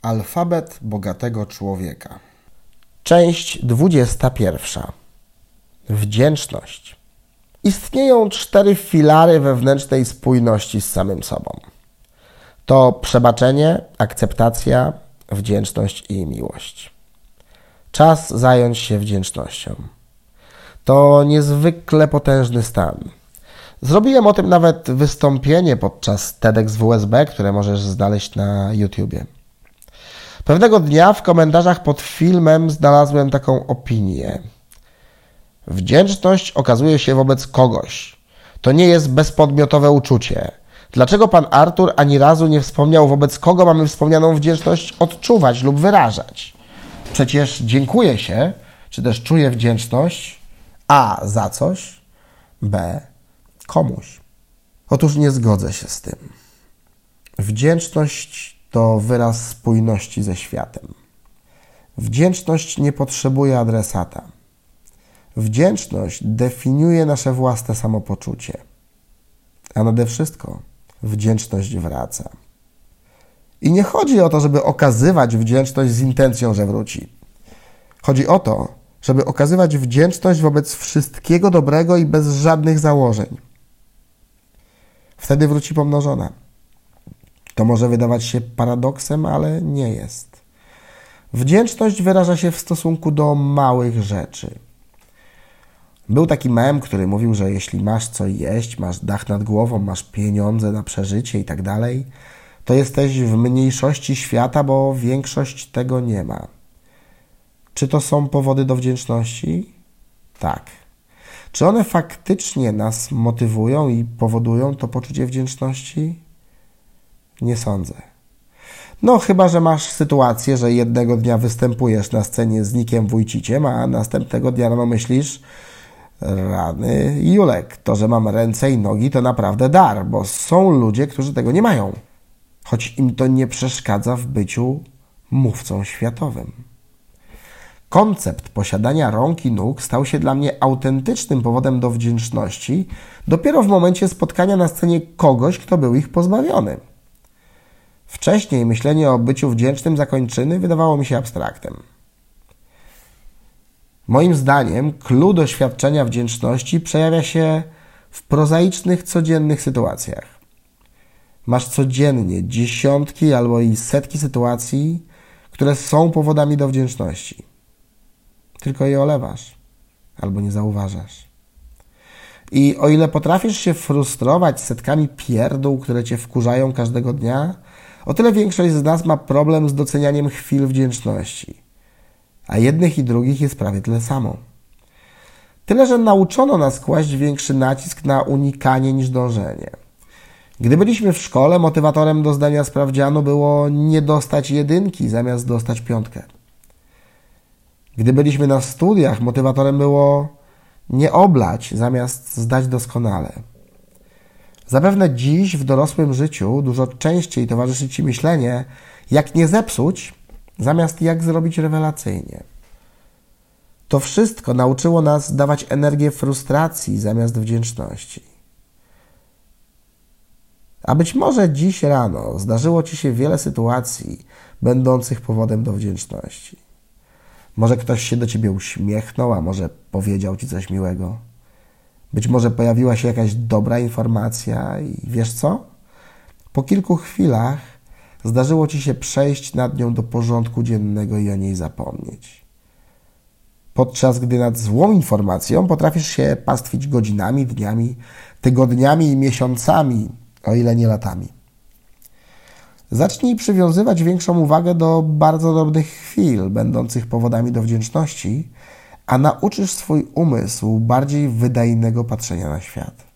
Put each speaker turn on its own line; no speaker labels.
Alfabet bogatego człowieka. Część 21. Wdzięczność. Istnieją 4 filary wewnętrznej spójności z samym sobą. To przebaczenie, akceptacja, wdzięczność i miłość. Czas zająć się wdzięcznością. To niezwykle potężny stan. Zrobiłem o tym nawet wystąpienie podczas TEDx WSB, które możesz znaleźć na YouTubie. Pewnego dnia w komentarzach pod filmem znalazłem taką opinię. Wdzięczność okazuje się wobec kogoś. To nie jest bezpodmiotowe uczucie. Dlaczego pan Artur ani razu nie wspomniał, wobec kogo mamy wspomnianą wdzięczność odczuwać lub wyrażać? Przecież dziękuję się, czy też czuję wdzięczność a. za coś, b. komuś. Otóż nie zgodzę się z tym. Wdzięczność to wyraz spójności ze światem. Wdzięczność nie potrzebuje adresata. Wdzięczność definiuje nasze własne samopoczucie. A nade wszystko wdzięczność wraca. I nie chodzi o to, żeby okazywać wdzięczność z intencją, że wróci. Chodzi o to, żeby okazywać wdzięczność wobec wszystkiego dobrego i bez żadnych założeń. Wtedy wróci pomnożona. To może wydawać się paradoksem, ale nie jest. Wdzięczność wyraża się w stosunku do małych rzeczy. Był taki mem, który mówił, że jeśli masz co jeść, masz dach nad głową, masz pieniądze na przeżycie i tak dalej, to jesteś w mniejszości świata, bo większość tego nie ma. Czy to są powody do wdzięczności? Tak. Czy one faktycznie nas motywują i powodują to poczucie wdzięczności? Nie sądzę. No chyba, że masz sytuację, że jednego dnia występujesz na scenie z Nikiem Wójciciem, a następnego dnia rano myślisz: rany Julek, to, że mam ręce i nogi, to naprawdę dar, bo są ludzie, którzy tego nie mają. Choć im to nie przeszkadza w byciu mówcą światowym. Koncept posiadania rąk i nóg stał się dla mnie autentycznym powodem do wdzięczności dopiero w momencie spotkania na scenie kogoś, kto był ich pozbawiony. Wcześniej myślenie o byciu wdzięcznym za kończyny wydawało mi się abstraktem. Moim zdaniem clue doświadczenia wdzięczności przejawia się w prozaicznych, codziennych sytuacjach. Masz codziennie dziesiątki albo i setki sytuacji, które są powodami do wdzięczności. Tylko je olewasz albo nie zauważasz. I o ile potrafisz się frustrować setkami pierdół, które cię wkurzają każdego dnia, o tyle większość z nas ma problem z docenianiem chwil wdzięczności. A jednych i drugich jest prawie tyle samo. Tyle, że nauczono nas kłaść większy nacisk na unikanie niż dążenie. Gdy byliśmy w szkole, motywatorem do zdania sprawdzianu było nie dostać 1 zamiast dostać 5. Gdy byliśmy na studiach, motywatorem było nie oblać zamiast zdać doskonale. Zapewne dziś w dorosłym życiu dużo częściej towarzyszy ci myślenie, jak nie zepsuć, zamiast jak zrobić rewelacyjnie. To wszystko nauczyło nas dawać energię frustracji zamiast wdzięczności. A być może dziś rano zdarzyło ci się wiele sytuacji będących powodem do wdzięczności. Może ktoś się do ciebie uśmiechnął, a może powiedział ci coś miłego. Być może pojawiła się jakaś dobra informacja i wiesz co? Po kilku chwilach zdarzyło ci się przejść nad nią do porządku dziennego i o niej zapomnieć. Podczas gdy nad złą informacją potrafisz się pastwić godzinami, dniami, tygodniami i miesiącami, o ile nie latami. Zacznij przywiązywać większą uwagę do bardzo drobnych chwil, będących powodami do wdzięczności, a nauczysz swój umysł bardziej wydajnego patrzenia na świat.